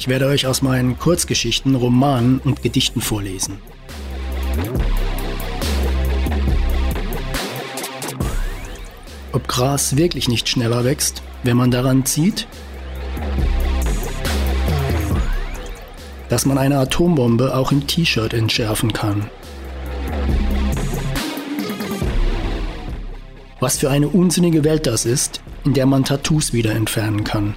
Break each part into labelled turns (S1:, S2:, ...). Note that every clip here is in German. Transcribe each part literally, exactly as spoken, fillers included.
S1: Ich werde euch aus meinen Kurzgeschichten, Romanen und Gedichten vorlesen. Ob Gras wirklich nicht schneller wächst, wenn man daran zieht? Dass man eine Atombombe auch im T-Shirt entschärfen kann. Was für eine unsinnige Welt das ist, in der man Tattoos wieder entfernen kann.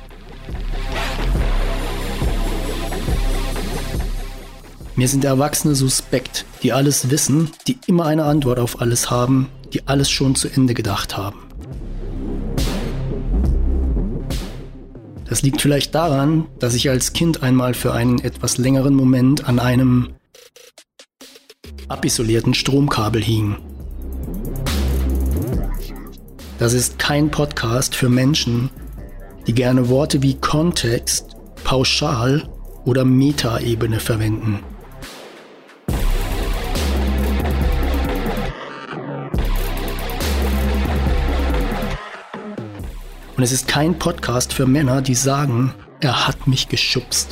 S1: Mir sind Erwachsene suspekt, die alles wissen, die immer eine Antwort auf alles haben, die alles schon zu Ende gedacht haben. Das liegt vielleicht daran, dass ich als Kind einmal für einen etwas längeren Moment an einem abisolierten Stromkabel hing. Das ist kein Podcast für Menschen, die gerne Worte wie Kontext, Pauschal oder Metaebene verwenden. Und es ist kein Podcast für Männer, die sagen, er hat mich geschubst.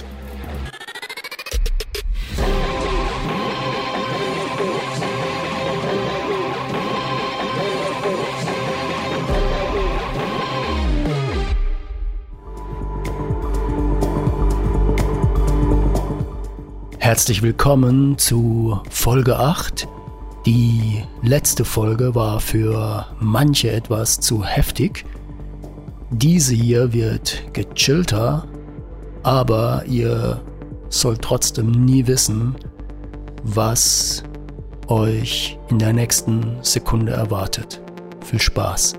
S1: Herzlich willkommen zu Folge acht. Die letzte Folge war für manche etwas zu heftig. Diese hier wird gechillter, aber ihr sollt trotzdem nie wissen, was euch in der nächsten Sekunde erwartet. Viel Spaß!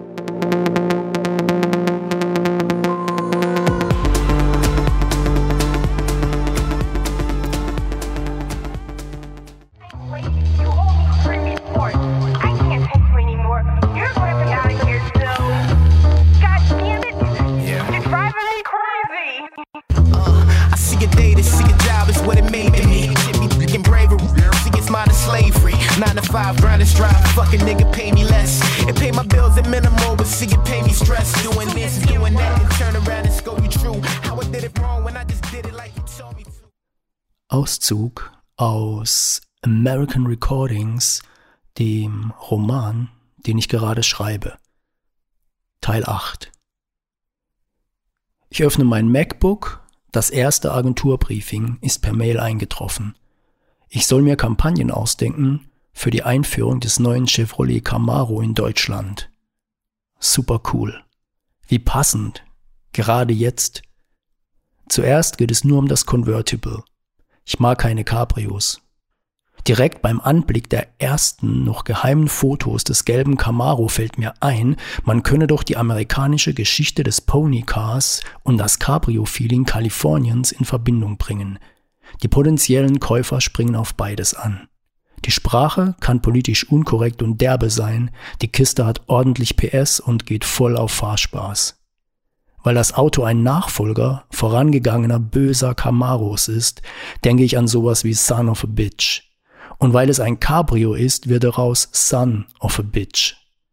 S1: Auszug aus American Recordings, dem Roman, den ich gerade schreibe. Teil acht. Ich öffne mein MacBook, das erste Agenturbriefing ist per Mail eingetroffen. Ich soll mir Kampagnen ausdenken für die Einführung des neuen Chevrolet Camaro in Deutschland. Super cool. Wie passend. Gerade jetzt. Zuerst geht es nur um das Convertible. Ich mag keine Cabrios. Direkt beim Anblick der ersten, noch geheimen Fotos des gelben Camaro fällt mir ein, man könne doch die amerikanische Geschichte des Ponycars und das Cabrio-Feeling Kaliforniens in Verbindung bringen. Die potenziellen Käufer springen auf beides an. Die Sprache kann politisch unkorrekt und derbe sein, die Kiste hat ordentlich P S und geht voll auf Fahrspaß. Weil das Auto ein Nachfolger vorangegangener böser Camaros ist, denke ich an sowas wie Son of a Bitch. Und weil es ein Cabrio ist, wird daraus Son of a Bitch.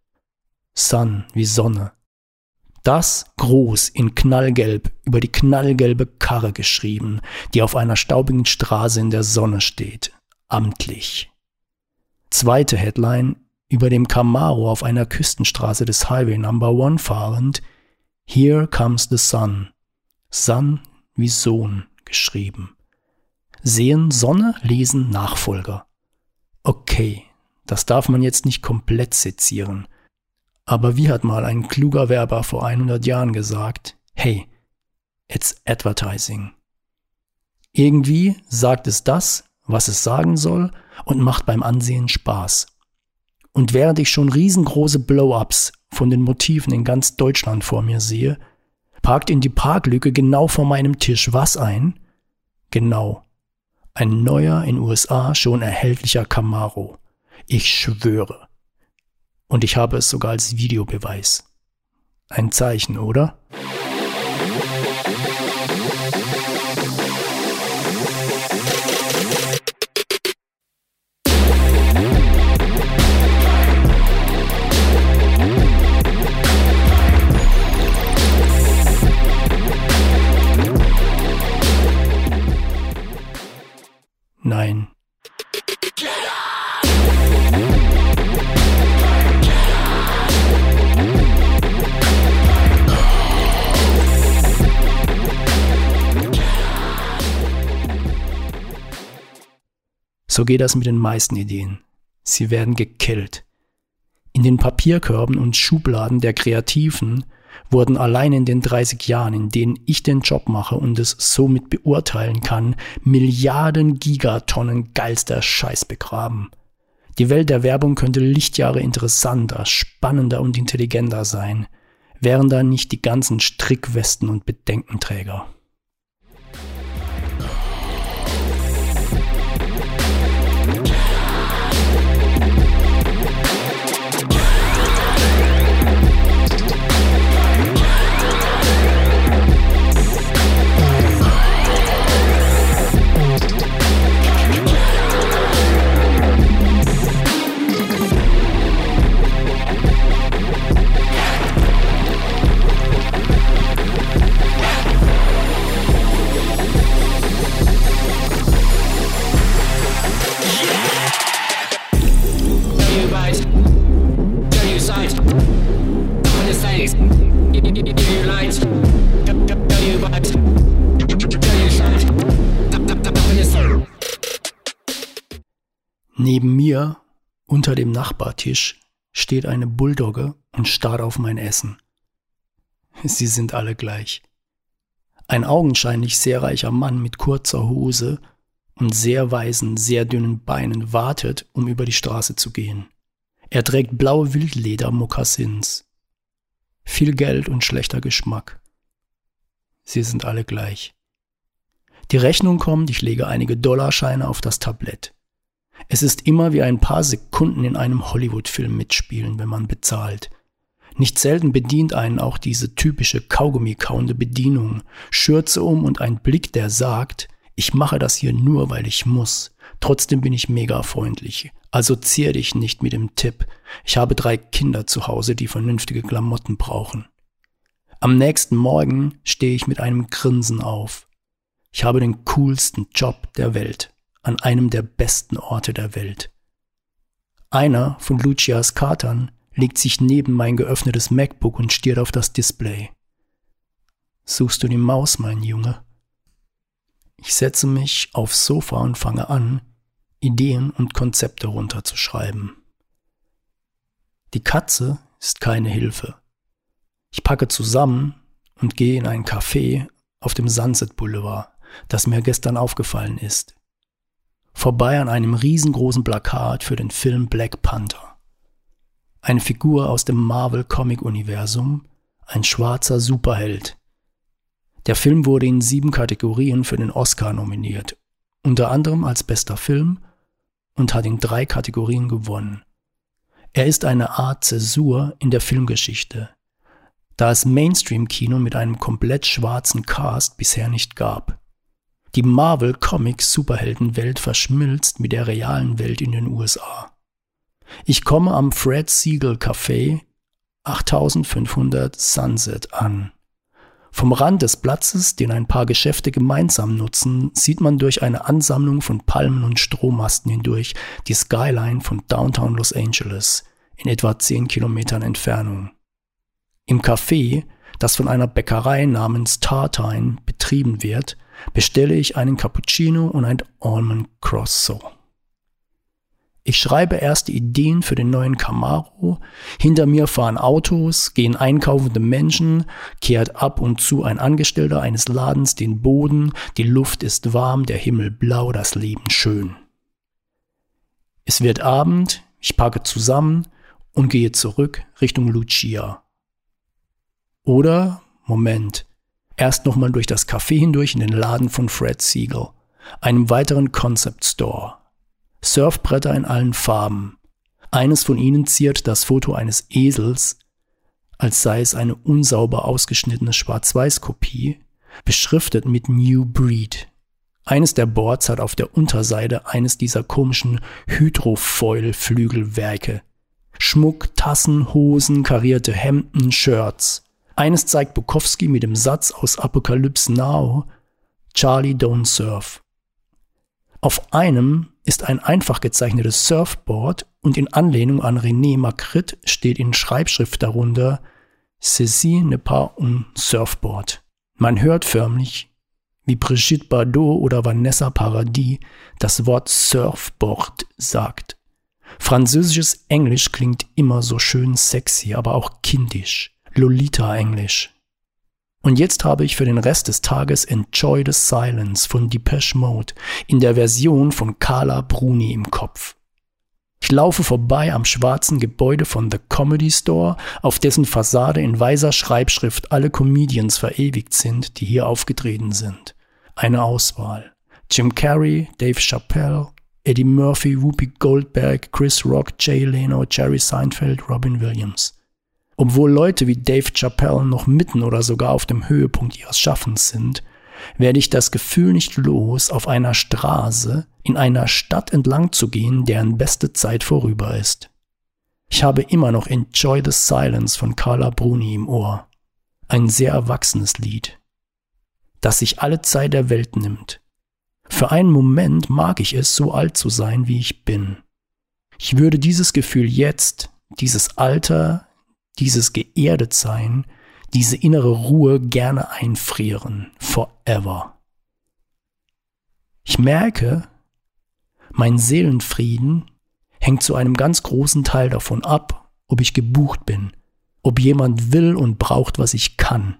S1: Sun wie Sonne. Das groß in knallgelb über die knallgelbe Karre geschrieben, die auf einer staubigen Straße in der Sonne steht. Amtlich. Zweite Headline, über dem Camaro auf einer Küstenstraße des Highway Number One fahrend, Here comes the sun. Sun wie Sohn geschrieben. Sehen Sonne, lesen Nachfolger. Okay, das darf man jetzt nicht komplett sezieren. Aber wie hat mal ein kluger Werber vor hundert Jahren gesagt, hey, it's advertising. Irgendwie sagt es das, was es sagen soll und macht beim Ansehen Spaß. Und während ich schon riesengroße Blow-ups von den Motiven in ganz Deutschland vor mir sehe, parkt in die Parklücke genau vor meinem Tisch was ein? Genau, ein neuer in U S A schon erhältlicher Camaro. Ich schwöre. Und ich habe es sogar als Videobeweis. Ein Zeichen, oder? Nein. So geht das mit den meisten Ideen. Sie werden gekillt. In den Papierkörben und Schubladen der Kreativen wurden allein in den dreißig Jahren, in denen ich den Job mache und es somit beurteilen kann, Milliarden Gigatonnen geilster Scheiß begraben. Die Welt der Werbung könnte Lichtjahre interessanter, spannender und intelligenter sein, wären da nicht die ganzen Strickwesten und Bedenkenträger. Neben mir, unter dem Nachbartisch, steht eine Bulldogge und starrt auf mein Essen. Sie sind alle gleich. Ein augenscheinlich sehr reicher Mann mit kurzer Hose und sehr weißen, sehr dünnen Beinen wartet, um über die Straße zu gehen. Er trägt blaue Wildleder-Mokassins. Viel Geld und schlechter Geschmack. Sie sind alle gleich. Die Rechnung kommt, ich lege einige Dollarscheine auf das Tablett. Es ist immer wie ein paar Sekunden in einem Hollywood-Film mitspielen, wenn man bezahlt. Nicht selten bedient einen auch diese typische Kaugummi-kauende Bedienung, Schürze um und ein Blick, der sagt, ich mache das hier nur, weil ich muss. Trotzdem bin ich mega freundlich. Also zier dich nicht mit dem Tipp. Ich habe drei Kinder zu Hause, die vernünftige Klamotten brauchen. Am nächsten Morgen stehe ich mit einem Grinsen auf. Ich habe den coolsten Job der Welt. An einem der besten Orte der Welt. Einer von Lucias Katern legt sich neben mein geöffnetes MacBook und stiert auf das Display. Suchst du die Maus, mein Junge? Ich setze mich aufs Sofa und fange an, Ideen und Konzepte runterzuschreiben. Die Katze ist keine Hilfe. Ich packe zusammen und gehe in ein Café auf dem Sunset Boulevard, das mir gestern aufgefallen ist. Vorbei an einem riesengroßen Plakat für den Film Black Panther. Eine Figur aus dem Marvel-Comic-Universum, ein schwarzer Superheld. Der Film wurde in sieben Kategorien für den Oscar nominiert, unter anderem als bester Film und hat in drei Kategorien gewonnen. Er ist eine Art Zäsur in der Filmgeschichte, da es Mainstream-Kino mit einem komplett schwarzen Cast bisher nicht gab. Die Marvel-Comics-Superheldenwelt verschmilzt mit der realen Welt in den U S A. Ich komme am Fred Siegel Café achttausendfünfhundert Sunset an. Vom Rand des Platzes, den ein paar Geschäfte gemeinsam nutzen, sieht man durch eine Ansammlung von Palmen und Strommasten hindurch die Skyline von Downtown Los Angeles in etwa zehn Kilometern Entfernung. Im Café, das von einer Bäckerei namens Tartine betrieben wird, bestelle ich einen Cappuccino und ein Almond Croissant. Ich schreibe erste Ideen für den neuen Camaro, hinter mir fahren Autos, gehen einkaufende Menschen, kehrt ab und zu ein Angestellter eines Ladens den Boden, die Luft ist warm, der Himmel blau, das Leben schön. Es wird Abend, ich packe zusammen und gehe zurück Richtung Lucia. Oder, Moment, erst nochmal durch das Café hindurch in den Laden von Fred Siegel, einem weiteren Concept Store. Surfbretter in allen Farben. Eines von ihnen ziert das Foto eines Esels, als sei es eine unsauber ausgeschnittene Schwarz-Weiß-Kopie, beschriftet mit New Breed. Eines der Boards hat auf der Unterseite eines dieser komischen Hydrofoil-Flügelwerke. Schmuck, Tassen, Hosen, karierte Hemden, Shirts. Eines zeigt Bukowski mit dem Satz aus Apocalypse Now, Charlie don't surf. Auf einem ist ein einfach gezeichnetes Surfboard und in Anlehnung an René Magritte steht in Schreibschrift darunter Ceci n'est pas un Surfboard. Man hört förmlich, wie Brigitte Bardot oder Vanessa Paradis das Wort Surfboard sagt. Französisches Englisch klingt immer so schön sexy, aber auch kindisch. Lolita-Englisch. Und jetzt habe ich für den Rest des Tages Enjoy the Silence von Depeche Mode in der Version von Carla Bruni im Kopf. Ich laufe vorbei am schwarzen Gebäude von The Comedy Store, auf dessen Fassade in weißer Schreibschrift alle Comedians verewigt sind, die hier aufgetreten sind. Eine Auswahl. Jim Carrey, Dave Chappelle, Eddie Murphy, Whoopi Goldberg, Chris Rock, Jay Leno, Jerry Seinfeld, Robin Williams. Obwohl Leute wie Dave Chappelle noch mitten oder sogar auf dem Höhepunkt ihres Schaffens sind, werde ich das Gefühl nicht los, auf einer Straße in einer Stadt entlang zu gehen, deren beste Zeit vorüber ist. Ich habe immer noch Enjoy the Silence von Carla Bruni im Ohr. Ein sehr erwachsenes Lied, das sich alle Zeit der Welt nimmt. Für einen Moment mag ich es, so alt zu sein, wie ich bin. Ich würde dieses Gefühl jetzt, dieses Alter, dieses Geerdetsein, diese innere Ruhe gerne einfrieren, forever. Ich merke, mein Seelenfrieden hängt zu einem ganz großen Teil davon ab, ob ich gebucht bin, ob jemand will und braucht, was ich kann.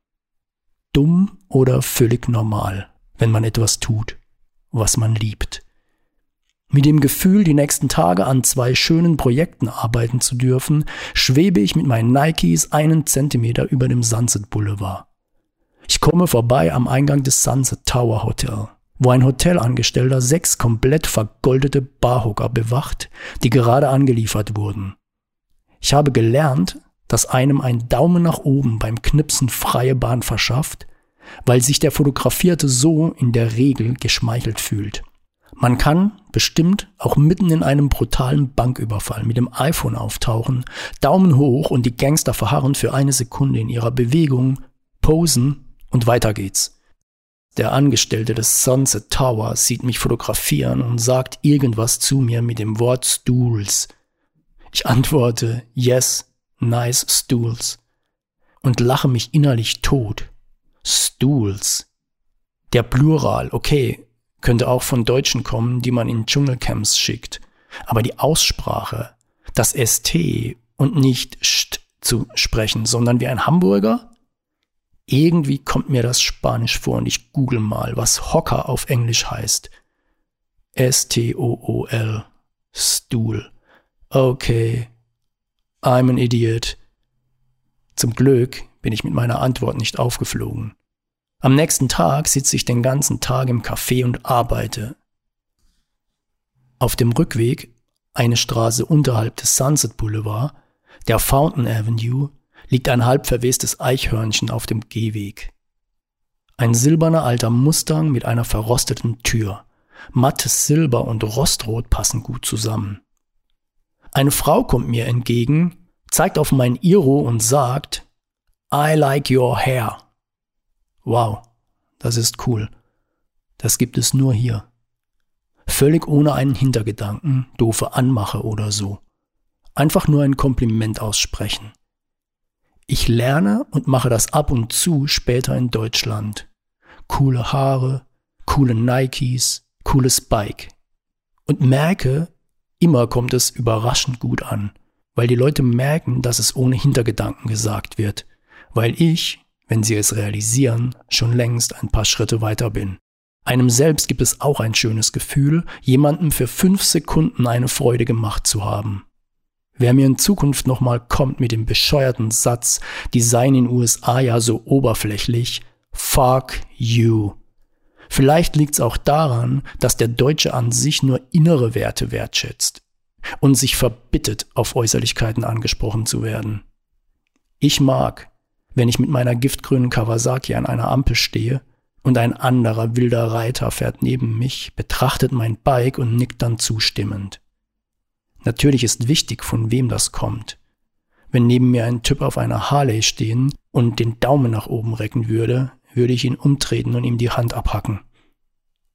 S1: Dumm oder völlig normal, wenn man etwas tut, was man liebt. Mit dem Gefühl, die nächsten Tage an zwei schönen Projekten arbeiten zu dürfen, schwebe ich mit meinen Nikes einen Zentimeter über dem Sunset Boulevard. Ich komme vorbei am Eingang des Sunset Tower Hotel, wo ein Hotelangestellter sechs komplett vergoldete Barhocker bewacht, die gerade angeliefert wurden. Ich habe gelernt, dass einem ein Daumen nach oben beim Knipsen freie Bahn verschafft, weil sich der Fotografierte so in der Regel geschmeichelt fühlt. Man kann bestimmt auch mitten in einem brutalen Banküberfall mit dem iPhone auftauchen, Daumen hoch und die Gangster verharren für eine Sekunde in ihrer Bewegung, posen und weiter geht's. Der Angestellte des Sunset Tower sieht mich fotografieren und sagt irgendwas zu mir mit dem Wort Stools. Ich antworte, yes, nice stools und lache mich innerlich tot. Stools. Der Plural, okay, könnte auch von Deutschen kommen, die man in Dschungelcamps schickt. Aber die Aussprache, das S T und nicht St zu sprechen, sondern wie ein Hamburger? Irgendwie kommt mir das Spanisch vor und ich google mal, was Hocker auf Englisch heißt. S T O O L. Stool. Okay. I'm an idiot. Zum Glück bin ich mit meiner Antwort nicht aufgeflogen. Am nächsten Tag sitze ich den ganzen Tag im Café und arbeite. Auf dem Rückweg, eine Straße unterhalb des Sunset Boulevard, der Fountain Avenue, liegt ein halb verwestes Eichhörnchen auf dem Gehweg. Ein silberner alter Mustang mit einer verrosteten Tür. Mattes Silber und Rostrot passen gut zusammen. Eine Frau kommt mir entgegen, zeigt auf mein Iro und sagt, I like your hair. Wow, das ist cool. Das gibt es nur hier. Völlig ohne einen Hintergedanken, doofe Anmache oder so. Einfach nur ein Kompliment aussprechen. Ich lerne und mache das ab und zu später in Deutschland. Coole Haare, coole Nikes, cooles Bike. Und merke, immer kommt es überraschend gut an, weil die Leute merken, dass es ohne Hintergedanken gesagt wird, weil ich, wenn sie es realisieren, schon längst ein paar Schritte weiter bin. Einem selbst gibt es auch ein schönes Gefühl, jemandem für fünf Sekunden eine Freude gemacht zu haben. Wer mir in Zukunft nochmal kommt mit dem bescheuerten Satz, die seien in den U S A ja so oberflächlich, fuck you. Vielleicht liegt's auch daran, dass der Deutsche an sich nur innere Werte wertschätzt und sich verbittet, auf Äußerlichkeiten angesprochen zu werden. Ich mag, wenn ich mit meiner giftgrünen Kawasaki an einer Ampel stehe und ein anderer wilder Reiter fährt neben mich, betrachtet mein Bike und nickt dann zustimmend. Natürlich ist wichtig, von wem das kommt. Wenn neben mir ein Typ auf einer Harley stehen und den Daumen nach oben recken würde, würde ich ihn umtreten und ihm die Hand abhacken.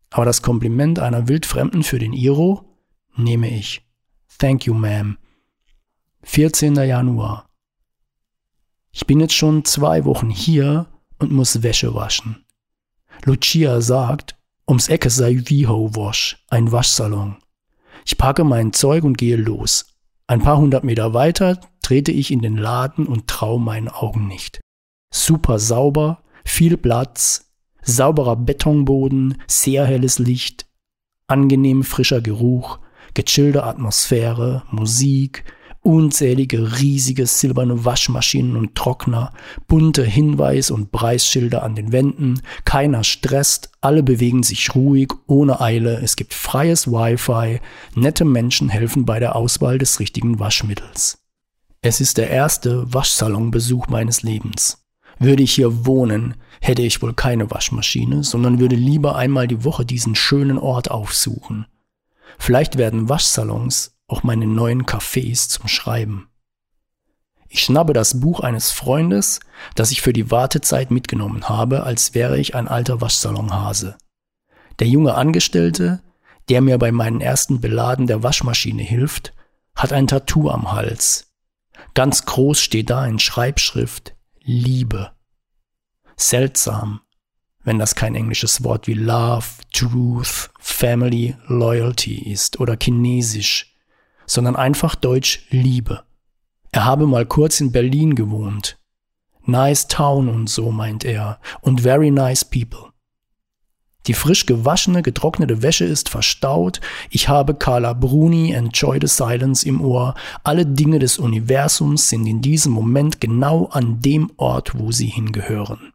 S1: Aber das Kompliment einer Wildfremden für den Iro nehme ich. Thank you, ma'am. vierzehnter Januar. Ich bin jetzt schon zwei Wochen hier und muss Wäsche waschen. Lucia sagt, ums Ecke sei Viho Wash, ein Waschsalon. Ich packe mein Zeug und gehe los. Ein paar hundert Meter weiter trete ich in den Laden und traue meinen Augen nicht. Super sauber, viel Platz, sauberer Betonboden, sehr helles Licht, angenehm frischer Geruch, gechillte Atmosphäre, Musik, unzählige riesige silberne Waschmaschinen und Trockner, bunte Hinweis- und Preisschilder an den Wänden, keiner stresst, alle bewegen sich ruhig, ohne Eile, es gibt freies Wi-Fi, nette Menschen helfen bei der Auswahl des richtigen Waschmittels. Es ist der erste Waschsalonbesuch meines Lebens. Würde ich hier wohnen, hätte ich wohl keine Waschmaschine, sondern würde lieber einmal die Woche diesen schönen Ort aufsuchen. Vielleicht werden Waschsalons auch meine neuen Cafés zum Schreiben. Ich schnappe das Buch eines Freundes, das ich für die Wartezeit mitgenommen habe, als wäre ich ein alter Waschsalonhase. Der junge Angestellte, der mir bei meinen ersten Beladen der Waschmaschine hilft, hat ein Tattoo am Hals. Ganz groß steht da in Schreibschrift Liebe. Seltsam, wenn das kein englisches Wort wie Love, Truth, Family, Loyalty ist oder Chinesisch, sondern einfach Deutsch Liebe. Er habe mal kurz in Berlin gewohnt. Nice town und so, meint er, und very nice people. Die frisch gewaschene, getrocknete Wäsche ist verstaut, ich habe Carla Bruni, Enjoy the Silence im Ohr, alle Dinge des Universums sind in diesem Moment genau an dem Ort, wo sie hingehören.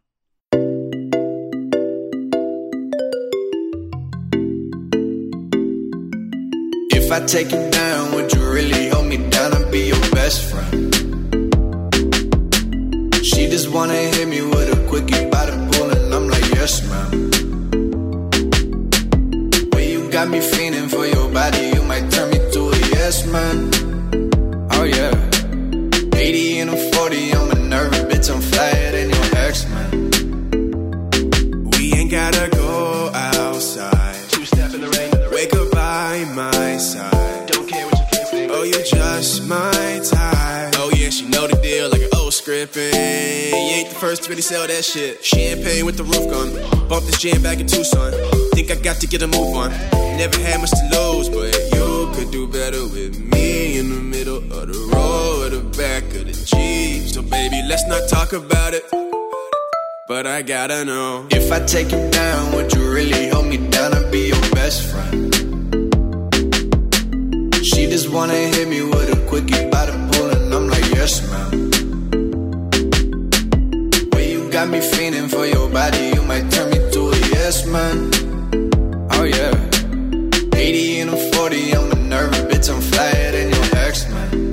S2: If I take you down, would you really hold me down and be your best friend? She just wanna hit me with a quickie by the pool and I'm like, yes, ma'am. Well, you got me feeling for your body, you might turn me to a yes, man. Oh, yeah. eighty and a forty, I'm a nervous bitch, I'm flyer than your ex, man. We ain't gotta go outside. Two-step in the rain. Wake up by my side. Don't care what you think. Oh, you're just my type. Oh yeah, she know the deal like an old script. And you ain't the first to really sell that shit. Champagne with the roof gone. Bump this jam back in Tucson. Think I got to get a move on. Never had much to lose, but you could do better with me in the middle of the road, or the back of the Jeep. So baby, let's not talk about it. But I gotta know, if I take you down, would you really hold me down and be your best friend? She just wanna hit me with a quickie by the pool and I'm like, yes, ma'am. Well, you got me feeling for your body, you might turn me to a yes, man. Oh, yeah. eighty and a forty, I'm a nervous bitch, I'm flyer than your ex, man.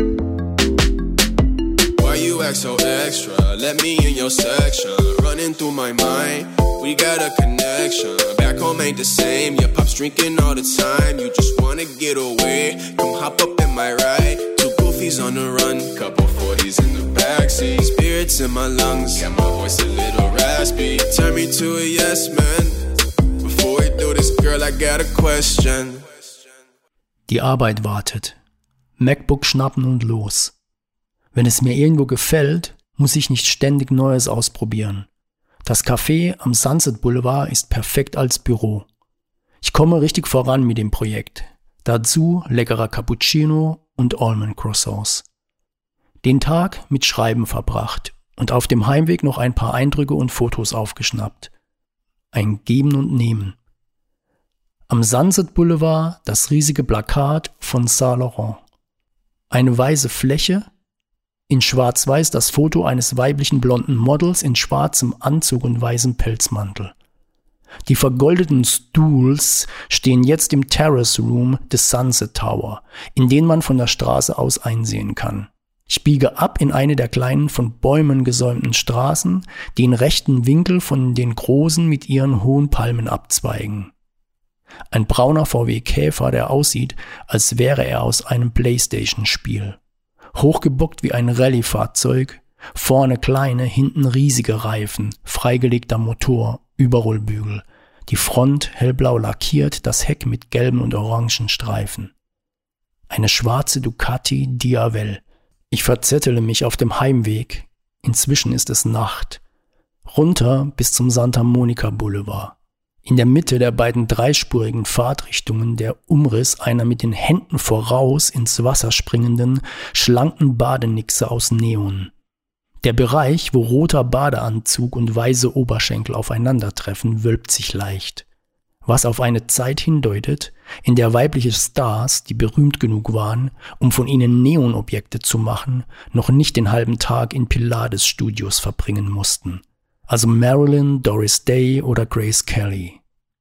S2: Why you act so extra? Let me in your section. Running through my mind, we got a connection. Back home ain't the same, your pop's drinking all the time. You just wanna get away, come hop up in my ride. Two goofies on the run, couple forties in the backseat. Spirits in my lungs, got my voice a little raspy. Turn me to a yes man. Before we do this, girl, I got a question.
S1: Die Arbeit wartet. MacBook schnappen und los. Wenn es mir irgendwo gefällt, muss ich nicht ständig Neues ausprobieren. Das Café am Sunset Boulevard ist perfekt als Büro. Ich komme richtig voran mit dem Projekt. Dazu leckerer Cappuccino und Almond Croissants. Den Tag mit Schreiben verbracht und auf dem Heimweg noch ein paar Eindrücke und Fotos aufgeschnappt. Ein Geben und Nehmen. Am Sunset Boulevard das riesige Plakat von Saint Laurent. Eine weiße Fläche, in schwarz-weiß das Foto eines weiblichen blonden Models in schwarzem Anzug und weißem Pelzmantel. Die vergoldeten Stools stehen jetzt im Terrace Room des Sunset Tower, in den man von der Straße aus einsehen kann. Ich biege ab in eine der kleinen, von Bäumen gesäumten Straßen, die in rechten Winkel von den großen mit ihren hohen Palmen abzweigen. Ein brauner V W Käfer, der aussieht, als wäre er aus einem Playstation-Spiel. Hochgebockt wie ein Rallye-Fahrzeug, vorne kleine, hinten riesige Reifen, freigelegter Motor, Überrollbügel, Die Front hellblau lackiert, das Heck mit gelben und orangen Streifen. Eine schwarze Ducati Diavel. Ich verzettele mich auf dem Heimweg. Inzwischen ist es Nacht. Runter bis zum Santa Monica Boulevard. In der Mitte der beiden dreispurigen Fahrtrichtungen der Umriss einer mit den Händen voraus ins Wasser springenden, schlanken Badenixe aus Neon. Der Bereich, wo roter Badeanzug und weiße Oberschenkel aufeinandertreffen, wölbt sich leicht. Was auf eine Zeit hindeutet, in der weibliche Stars, die berühmt genug waren, um von ihnen Neonobjekte zu machen, noch nicht den halben Tag in Pilates-Studios verbringen mussten. Also Marilyn, Doris Day oder Grace Kelly.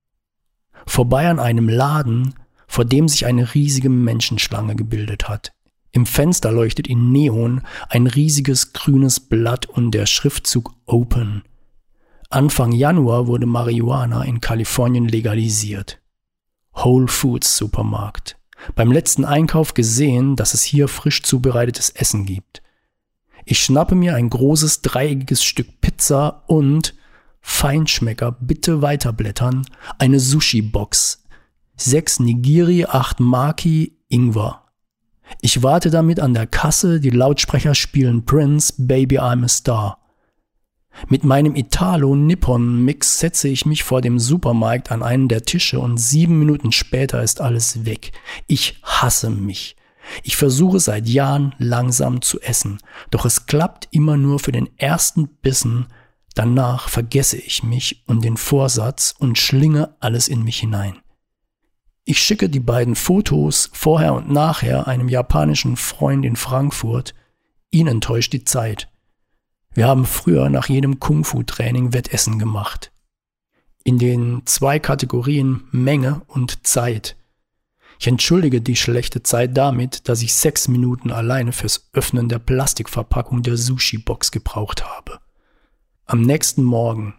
S1: Vorbei an einem Laden, vor dem sich eine riesige Menschenschlange gebildet hat. Im Fenster leuchtet in Neon ein riesiges grünes Blatt und der Schriftzug Open. Anfang Januar wurde Marihuana in Kalifornien legalisiert. Whole Foods Supermarkt. Beim letzten Einkauf gesehen, dass es hier frisch zubereitetes Essen gibt. Ich schnappe mir ein großes dreieckiges Stück Pizza und, Feinschmecker, bitte weiterblättern, eine Sushi-Box. Sechs Nigiri, acht Maki, Ingwer. Ich warte damit an der Kasse, die Lautsprecher spielen Prince, Baby I'm a Star. Mit meinem Italo-Nippon-Mix setze ich mich vor dem Supermarkt an einen der Tische und sieben Minuten später ist alles weg. Ich hasse mich. Ich versuche seit Jahren langsam zu essen, doch es klappt immer nur für den ersten Bissen, danach vergesse ich mich und den Vorsatz und schlinge alles in mich hinein. Ich schicke die beiden Fotos vorher und nachher einem japanischen Freund in Frankfurt. Ihn enttäuscht die Zeit. Wir haben früher nach jedem Kung-Fu-Training Wettessen gemacht. In den zwei Kategorien Menge und Zeit. Ich entschuldige die schlechte Zeit damit, dass ich sechs Minuten alleine fürs Öffnen der Plastikverpackung der Sushi-Box gebraucht habe. Am nächsten Morgen.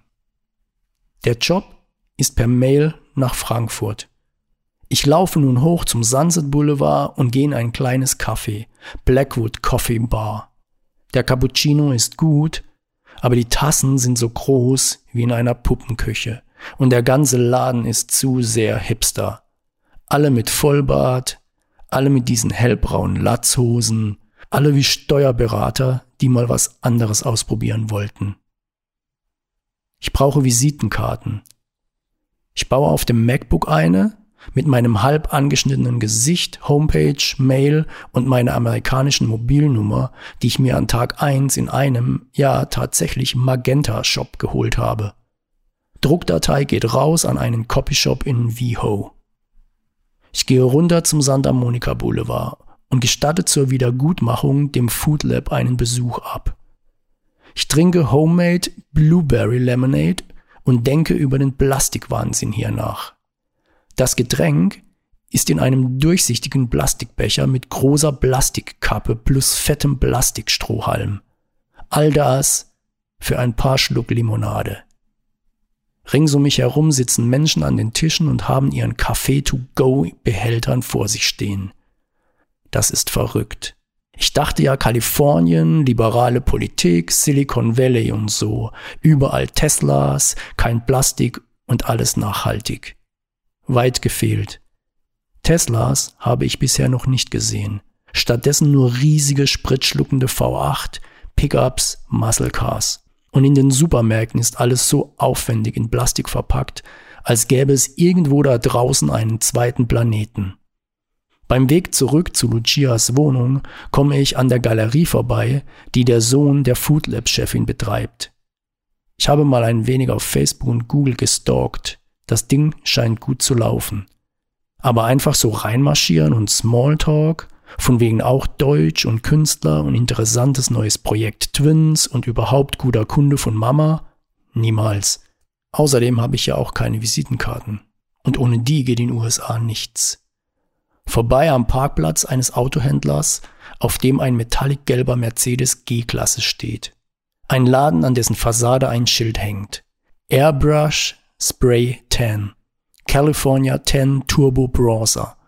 S1: Der Job ist per Mail nach Frankfurt. Ich laufe nun hoch zum Sunset Boulevard und gehe in ein kleines Café, Blackwood Coffee Bar. Der Cappuccino ist gut, aber die Tassen sind so groß wie in einer Puppenküche und der ganze Laden ist zu sehr hipster. Alle mit Vollbart, alle mit diesen hellbraunen Latzhosen, alle wie Steuerberater, die mal was anderes ausprobieren wollten. Ich brauche Visitenkarten. Ich baue auf dem MacBook eine, mit meinem halb angeschnittenen Gesicht, Homepage, Mail und meiner amerikanischen Mobilnummer, die ich mir an Tag eins in einem, ja tatsächlich Magenta-Shop geholt habe. Druckdatei geht raus an einen Copyshop in WeHo. Ich gehe runter zum Santa Monica Boulevard und gestatte zur Wiedergutmachung dem Food Lab einen Besuch ab. Ich trinke Homemade Blueberry Lemonade und denke über den Plastikwahnsinn hier nach. Das Getränk ist in einem durchsichtigen Plastikbecher mit großer Plastikkappe plus fettem Plastikstrohhalm. All das für ein paar Schluck Limonade. Rings um mich herum sitzen Menschen an den Tischen und haben ihren Kaffee-to-go-Behältern vor sich stehen. Das ist verrückt. Ich dachte ja Kalifornien, liberale Politik, Silicon Valley und so. Überall Teslas, kein Plastik und alles nachhaltig. Weit gefehlt. Teslas habe ich bisher noch nicht gesehen. Stattdessen nur riesige, spritschluckende V acht, Pickups, Muscle Cars. Und in den Supermärkten ist alles so aufwendig in Plastik verpackt, als gäbe es irgendwo da draußen einen zweiten Planeten. Beim Weg zurück zu Lucias Wohnung komme ich an der Galerie vorbei, die der Sohn der Food Lab-Chefin betreibt. Ich habe mal ein wenig auf Facebook und Google gestalkt. Das Ding scheint gut zu laufen. Aber einfach so reinmarschieren und Smalltalk, von wegen auch Deutsch und Künstler und interessantes neues Projekt Twins und überhaupt guter Kunde von Mama? Niemals. Außerdem habe ich ja auch keine Visitenkarten. Und ohne die geht in den U S A nichts. Vorbei am Parkplatz eines Autohändlers, auf dem ein metallic-gelber Mercedes G-Klasse steht. Ein Laden, an dessen Fassade ein Schild hängt. Airbrush Spray Tan. California Tan Turbo Bronzer.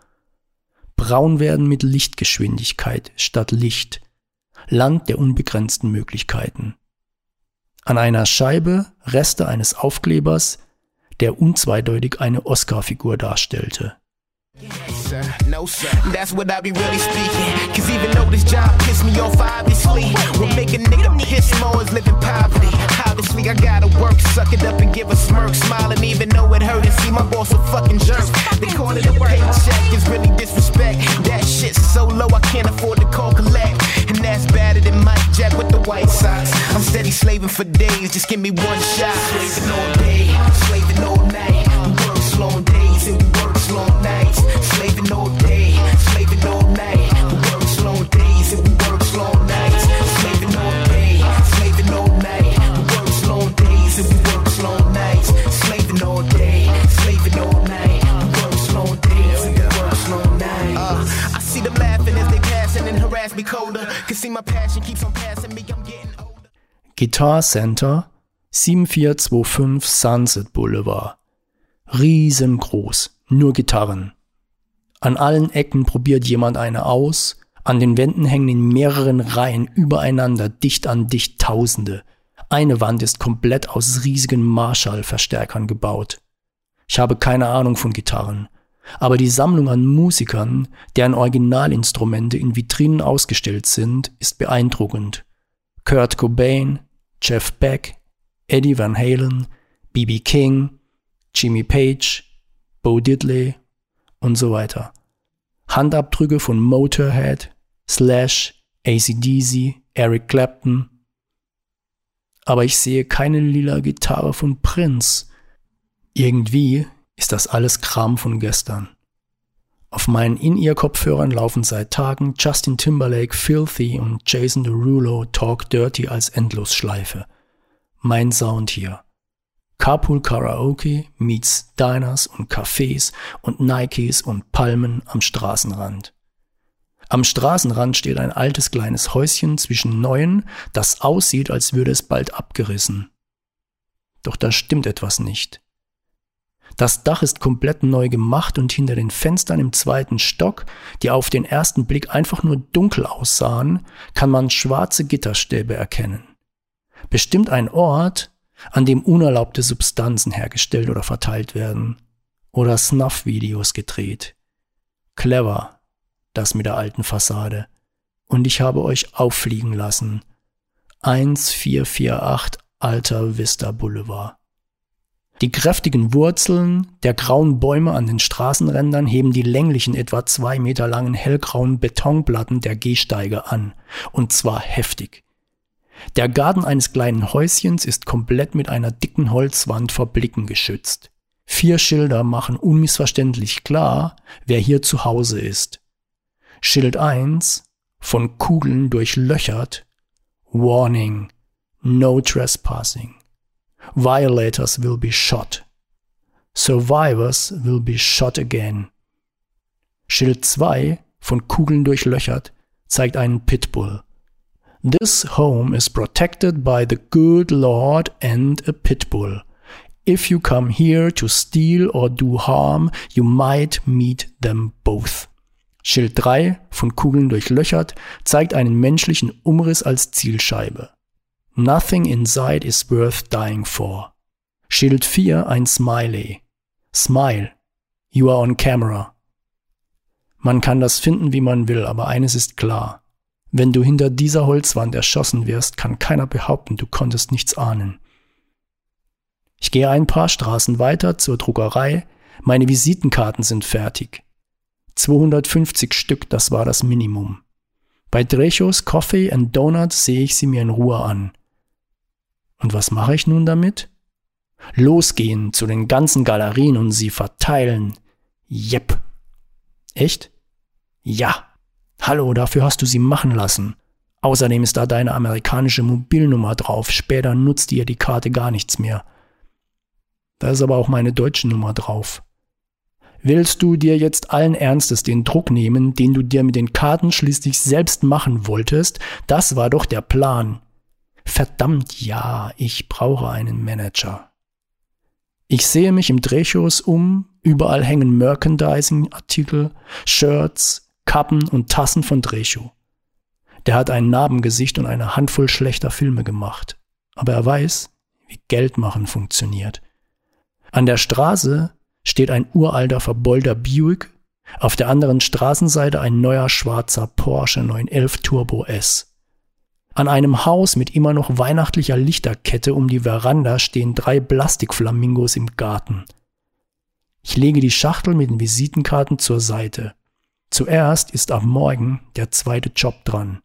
S1: Braun werden mit Lichtgeschwindigkeit statt Licht. Land der unbegrenzten Möglichkeiten. An einer Scheibe Reste eines Aufklebers, der unzweideutig eine Oscar-Figur darstellte.
S3: Yes, sir. No, sir. That's what I be really speaking. Cause even though this job pissed me off, obviously, what make a nigga piss more is living poverty. Obviously, I gotta work, suck it up and give a smirk, smile, and even though it hurt and see my boss a fucking jerk. They call it a paycheck, it's really disrespect. That shit's so low, I can't afford to call collect. And that's better than Mike Jack with the White Sox. I'm steady slaving for days, just give me one shot. Slaving all day, slaving all night. We work long days and we work long nights. Slaving all day, slaving all night. We work long days and we work long nights. Slaving all day, slaving all night. We work long days and we work long nights. Slaving all day, slaving all night. We work long days and we work long nights. Uh, I see them laughing as they passing and harass me colder. Cause see my passion keeps on passing me, I'm getting older.
S1: Guitar Center, sieben vier zwei fünf Sunset Boulevard. Riesengroß, nur Gitarren. An allen Ecken probiert jemand eine aus, an den Wänden hängen in mehreren Reihen übereinander dicht an dicht Tausende. Eine Wand ist komplett aus riesigen Marshall-Verstärkern gebaut. Ich habe keine Ahnung von Gitarren, aber die Sammlung an Musikern, deren Originalinstrumente in Vitrinen ausgestellt sind, ist beeindruckend. Kurt Cobain, Jeff Beck, Eddie Van Halen, B B King, Jimmy Page, Bo Diddley und so weiter. Handabdrücke von Motorhead, Slash, A C D C, Eric Clapton. Aber ich sehe keine lila Gitarre von Prince. Irgendwie ist das alles Kram von gestern. Auf meinen In-Ear-Kopfhörern laufen seit Tagen Justin Timberlake, Filthy und Jason Derulo Talk Dirty als Endlosschleife. Mein Sound hier. Carpool Karaoke meets Diners und Cafés und Nikes und Palmen am Straßenrand. Am Straßenrand steht ein altes kleines Häuschen zwischen neuen, das aussieht, als würde es bald abgerissen. Doch da stimmt etwas nicht. Das Dach ist komplett neu gemacht und hinter den Fenstern im zweiten Stock, die auf den ersten Blick einfach nur dunkel aussahen, kann man schwarze Gitterstäbe erkennen. Bestimmt ein Ort, an dem unerlaubte Substanzen hergestellt oder verteilt werden. Oder Snuff-Videos gedreht. Clever, das mit der alten Fassade. Und ich habe euch auffliegen lassen. eins vier vier acht Alta Vista Boulevard. Die kräftigen Wurzeln der grauen Bäume an den Straßenrändern heben die länglichen, etwa zwei Meter langen hellgrauen Betonplatten der Gehsteige an. Und zwar heftig. Der Garten eines kleinen Häuschens ist komplett mit einer dicken Holzwand vor Blicken geschützt. Vier Schilder machen unmissverständlich klar, wer hier zu Hause ist. Schild eins, von Kugeln durchlöchert, Warning, no trespassing. Violators will be shot. Survivors will be shot again. Schild zwei, von Kugeln durchlöchert, zeigt einen Pitbull. This home is protected by the good Lord and a pitbull. If you come here to steal or do harm, you might meet them both. Schild drei, von Kugeln durchlöchert, zeigt einen menschlichen Umriss als Zielscheibe. Nothing inside is worth dying for. Schild vier, ein Smiley. Smile. You are on camera. Man kann das finden, wie man will, aber eines ist klar. Wenn du hinter dieser Holzwand erschossen wirst, kann keiner behaupten, du konntest nichts ahnen. Ich gehe ein paar Straßen weiter zur Druckerei. Meine Visitenkarten sind fertig. zweihundertfünfzig Stück, das war das Minimum. Bei Drechos Coffee and Donuts sehe ich sie mir in Ruhe an. Und was mache ich nun damit? Losgehen zu den ganzen Galerien und sie verteilen. Jep. Echt? Ja. Hallo, dafür hast du sie machen lassen. Außerdem ist da deine amerikanische Mobilnummer drauf. Später nutzt dir die Karte gar nichts mehr. Da ist aber auch meine deutsche Nummer drauf. Willst du dir jetzt allen Ernstes den Druck nehmen, den du dir mit den Karten schließlich selbst machen wolltest? Das war doch der Plan. Verdammt ja, ich brauche einen Manager. Ich sehe mich im Drechos um, überall hängen Merchandising-Artikel, Shirts, Kappen und Tassen von Drecho. Der hat ein Narbengesicht und eine Handvoll schlechter Filme gemacht. Aber er weiß, wie Geldmachen funktioniert. An der Straße steht ein uralter verbeulter Buick, auf der anderen Straßenseite ein neuer schwarzer Porsche neun elf Turbo S. An einem Haus mit immer noch weihnachtlicher Lichterkette um die Veranda stehen drei Plastikflamingos im Garten. Ich lege die Schachtel mit den Visitenkarten zur Seite. Zuerst ist am Morgen der zweite Job dran.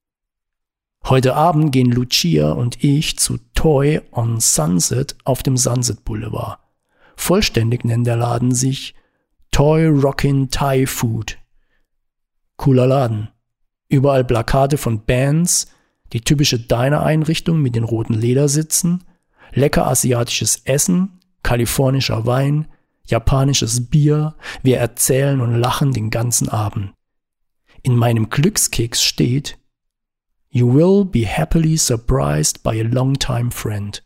S1: Heute Abend gehen Lucia und ich zu Toy on Sunset auf dem Sunset Boulevard. Vollständig nennt der Laden sich Toy Rockin' Thai Food. Cooler Laden. Überall Plakate von Bands, die typische Diner-Einrichtung mit den roten Ledersitzen, lecker asiatisches Essen, kalifornischer Wein, japanisches Bier, wir erzählen und lachen den ganzen Abend. In meinem Glückskeks steht: You will be happily surprised by a long-time friend.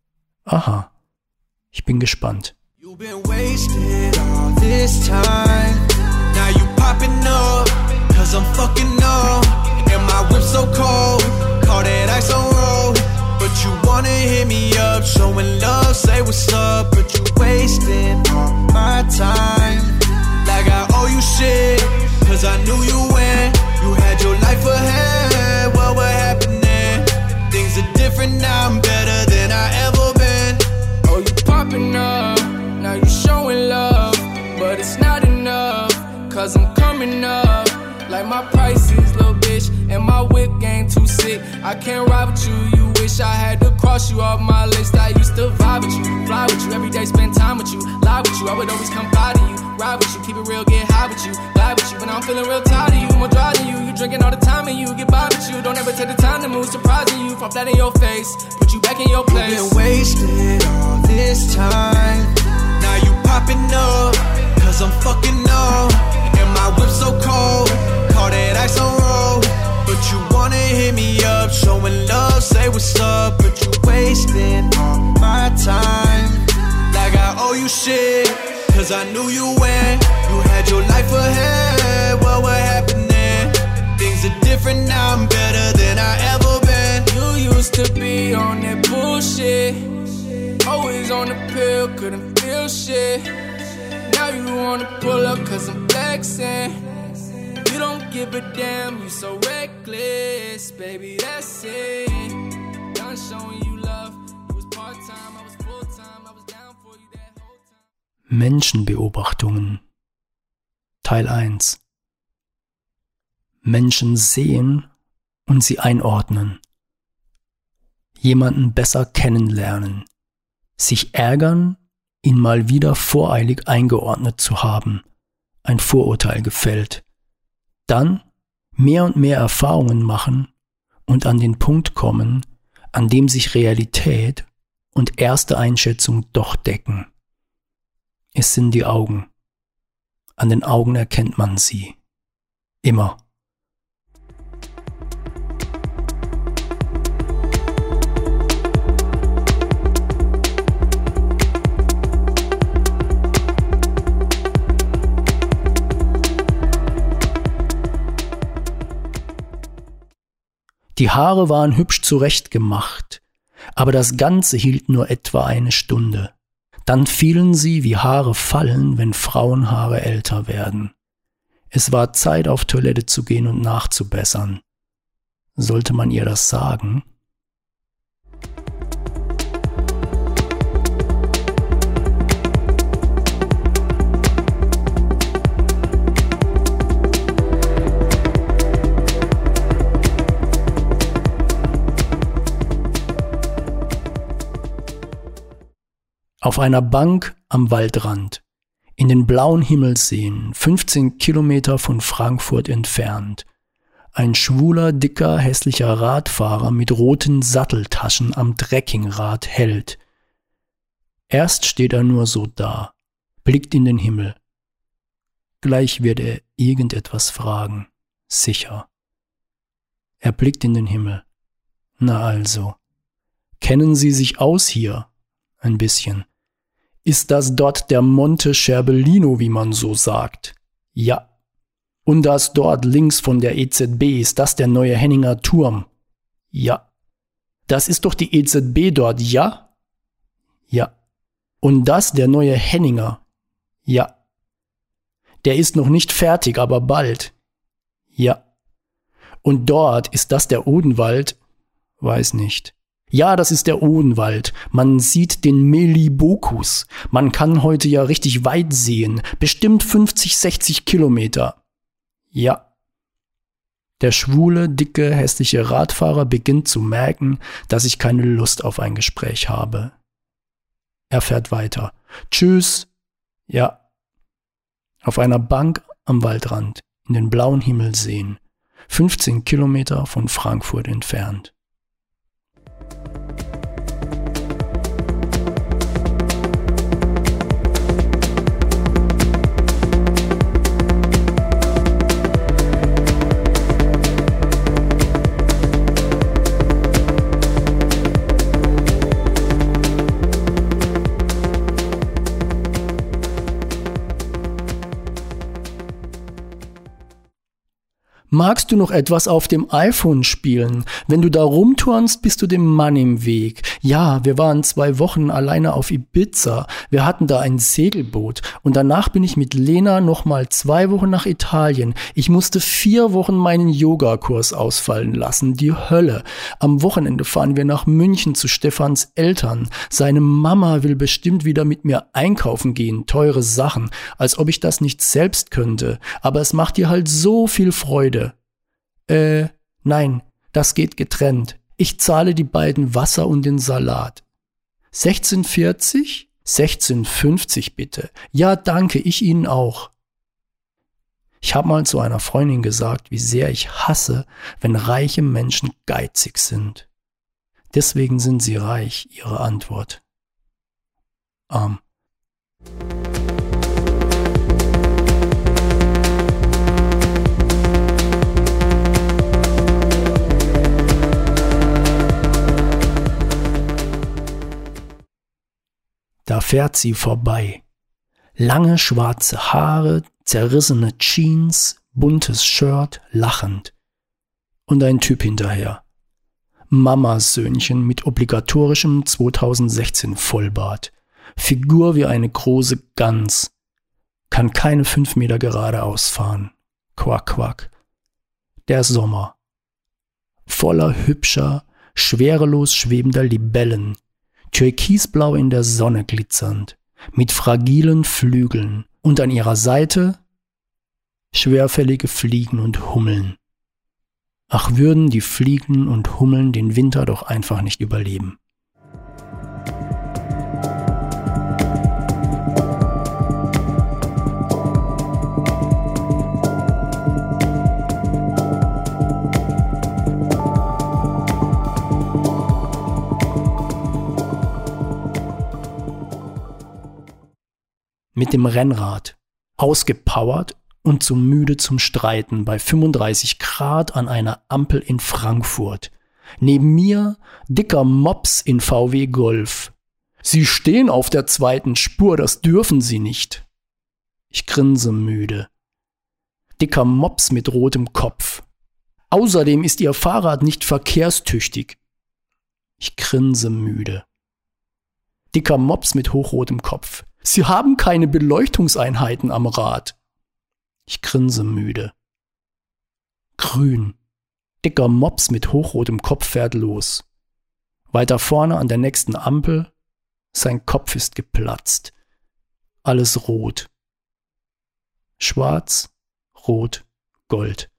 S1: Aha, ich bin gespannt.
S2: You've been wasted all this time. Now you popping up, cause I'm fucking up. And my whip so cold, call that ice on road. But you wanna hit me up, showing love, say what's up. But you wasting all my time. Like I owe you shit, cause I knew you when you had your life ahead. What was happening? Things are different now, I'm better than I ever been.
S4: Oh, you popping up, now you showing love. But it's not enough, cause I'm coming up. Like my prices, little bitch, and my whip game too sick. I can't ride with you, you wish I had to cross you off my list. I used to vibe with you, fly with you, every day spend time with you, lie with you, I would always come by to you, ride with you, keep it real, get high with you, lie with you. When I'm feeling real tired of you, more dry than you, you drinking all the time and you get by with you. Don't ever take the time to move, surprising you, fall flat in your face, put you back in your place.
S2: You've been wasted all this time. Now you popping up, cause I'm fucking up. And my whip so cold, call that ice on road. But you wanna hit me up, showing love, say what's up. But you wasting all my time. Like I owe you shit, cause I knew you when you had your life ahead. What was happening? Things are different now, I'm better than I ever been.
S4: You used to be on that bullshit, always on the pill, couldn't feel shit. Now you wanna pull up cause I'm flexing. You don't give a damn, you so reckless. Baby, that's it. Done showing you love. You was part-time, I was full-time. I was down for you that whole time.
S1: Menschenbeobachtungen. Teil eins. Menschen sehen und sie einordnen. Jemanden besser kennenlernen. Sich ärgern, ihn mal wieder voreilig eingeordnet zu haben, ein Vorurteil gefällt. Dann mehr und mehr Erfahrungen machen und an den Punkt kommen, an dem sich Realität und erste Einschätzung doch decken. Es sind die Augen. An den Augen erkennt man sie. Immer. Die Haare waren hübsch zurechtgemacht, aber das Ganze hielt nur etwa eine Stunde. Dann fielen sie, wie Haare fallen, wenn Frauenhaare älter werden. Es war Zeit, auf Toilette zu gehen und nachzubessern. Sollte man ihr das sagen? Auf einer Bank am Waldrand, in den blauen Himmelsseen, fünfzehn Kilometer von Frankfurt entfernt, ein schwuler, dicker, hässlicher Radfahrer mit roten Satteltaschen am Trekkingrad hält. Erst steht er nur so da, blickt in den Himmel. Gleich wird er irgendetwas fragen, sicher. Er blickt in den Himmel. Na also, kennen Sie sich aus hier? Ein bisschen. Ist das dort der Monte Scherbellino, wie man so sagt? Ja. Und das dort links von der E Z B, ist das der neue Henninger Turm? Ja. Das ist doch die E Z B dort, ja? Ja. Und das der neue Henninger. Ja. Der ist noch nicht fertig, aber bald. Ja. Und dort ist das der Odenwald? Weiß nicht. Ja, das ist der Odenwald. Man sieht den Melibokus. Man kann heute ja richtig weit sehen. Bestimmt fünfzig, sechzig Kilometer. Ja. Der schwule, dicke, hässliche Radfahrer beginnt zu merken, dass ich keine Lust auf ein Gespräch habe. Er fährt weiter. Tschüss. Ja. Auf einer Bank am Waldrand, in den blauen Himmel sehen. fünfzehn Kilometer von Frankfurt entfernt. Magst du noch etwas auf dem iPhone spielen? Wenn du da rumturnst, bist du dem Mann im Weg. Ja, wir waren zwei Wochen alleine auf Ibiza. Wir hatten da ein Segelboot. Und danach bin ich mit Lena noch mal zwei Wochen nach Italien. Ich musste vier Wochen meinen Yogakurs ausfallen lassen. Die Hölle. Am Wochenende fahren wir nach München zu Stefans Eltern. Seine Mama will bestimmt wieder mit mir einkaufen gehen. Teure Sachen. Als ob ich das nicht selbst könnte. Aber es macht dir halt so viel Freude. Äh, nein, das geht getrennt. Ich zahle die beiden Wasser und den Salat. sechzehn vierzig? sechzehn fünfzig bitte. Ja, danke, ich Ihnen auch. Ich habe mal zu einer Freundin gesagt, wie sehr ich hasse, wenn reiche Menschen geizig sind. Deswegen sind sie reich, ihre Antwort. Arm. Da fährt sie vorbei. Lange schwarze Haare, zerrissene Jeans, buntes Shirt, lachend. Und ein Typ hinterher. Mamas Söhnchen mit obligatorischem zweitausendsechzehn Vollbart. Figur wie eine große Gans. Kann keine fünf Meter geradeaus fahren. Quack, quack. Der Sommer. Voller hübscher, schwerelos schwebender Libellen. Türkisblau in der Sonne glitzernd, mit fragilen Flügeln und an ihrer Seite schwerfällige Fliegen und Hummeln. Ach, würden die Fliegen und Hummeln den Winter doch einfach nicht überleben. Mit dem Rennrad, ausgepowert und zu müde zum Streiten bei fünfunddreißig Grad an einer Ampel in Frankfurt. Neben mir dicker Mops in V W Golf. Sie stehen auf der zweiten Spur, das dürfen Sie nicht. Ich grinse müde. Dicker Mops mit rotem Kopf. Außerdem ist Ihr Fahrrad nicht verkehrstüchtig. Ich grinse müde. Dicker Mops mit hochrotem Kopf. Sie haben keine Beleuchtungseinheiten am Rad. Ich grinse müde. Grün. Dicker Mops mit hochrotem Kopf fährt los. Weiter vorne an der nächsten Ampel. Sein Kopf ist geplatzt. Alles rot. Schwarz, rot, Gold.